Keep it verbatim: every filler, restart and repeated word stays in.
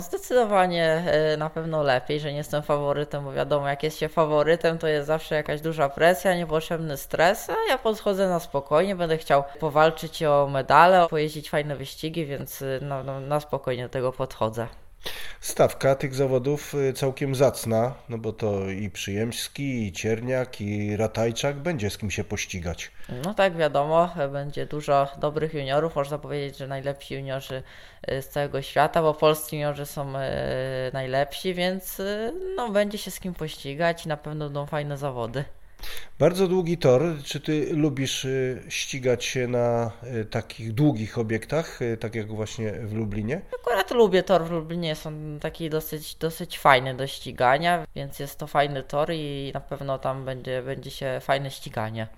Zdecydowanie e, na pewno lepiej, że nie jestem faworytem, bo wiadomo, jak jest się faworytem, to jest zawsze jakaś duża presja, niepotrzebny stres, a ja podchodzę na spokojnie, będę chciał powalczyć o medale, pojeździć fajne wyścigi, więc e, no, no, na spokojnie do tego podchodzę. Stawka tych zawodów y, całkiem zacna, no bo to i Przyjemski, i Cierniak, i Ratajczak będzie z kim się pościgać. No tak, wiadomo, e, będzie dużo dobrych juniorów, można powiedzieć, że najlepsi juniorzy e, z całego świata, bo polscy juniorzy są e, najlepsi, więc e, no, będzie się z kim pościgać i na pewno będą fajne zawody. Bardzo długi tor. Czy ty lubisz y, ścigać się na y, takich długich obiektach, y, tak jak właśnie w Lublinie? Akurat lubię tor w Lublinie, są taki dosyć, dosyć fajny do ścigania, więc jest to fajny tor i na pewno tam będzie, będzie się fajne ściganie.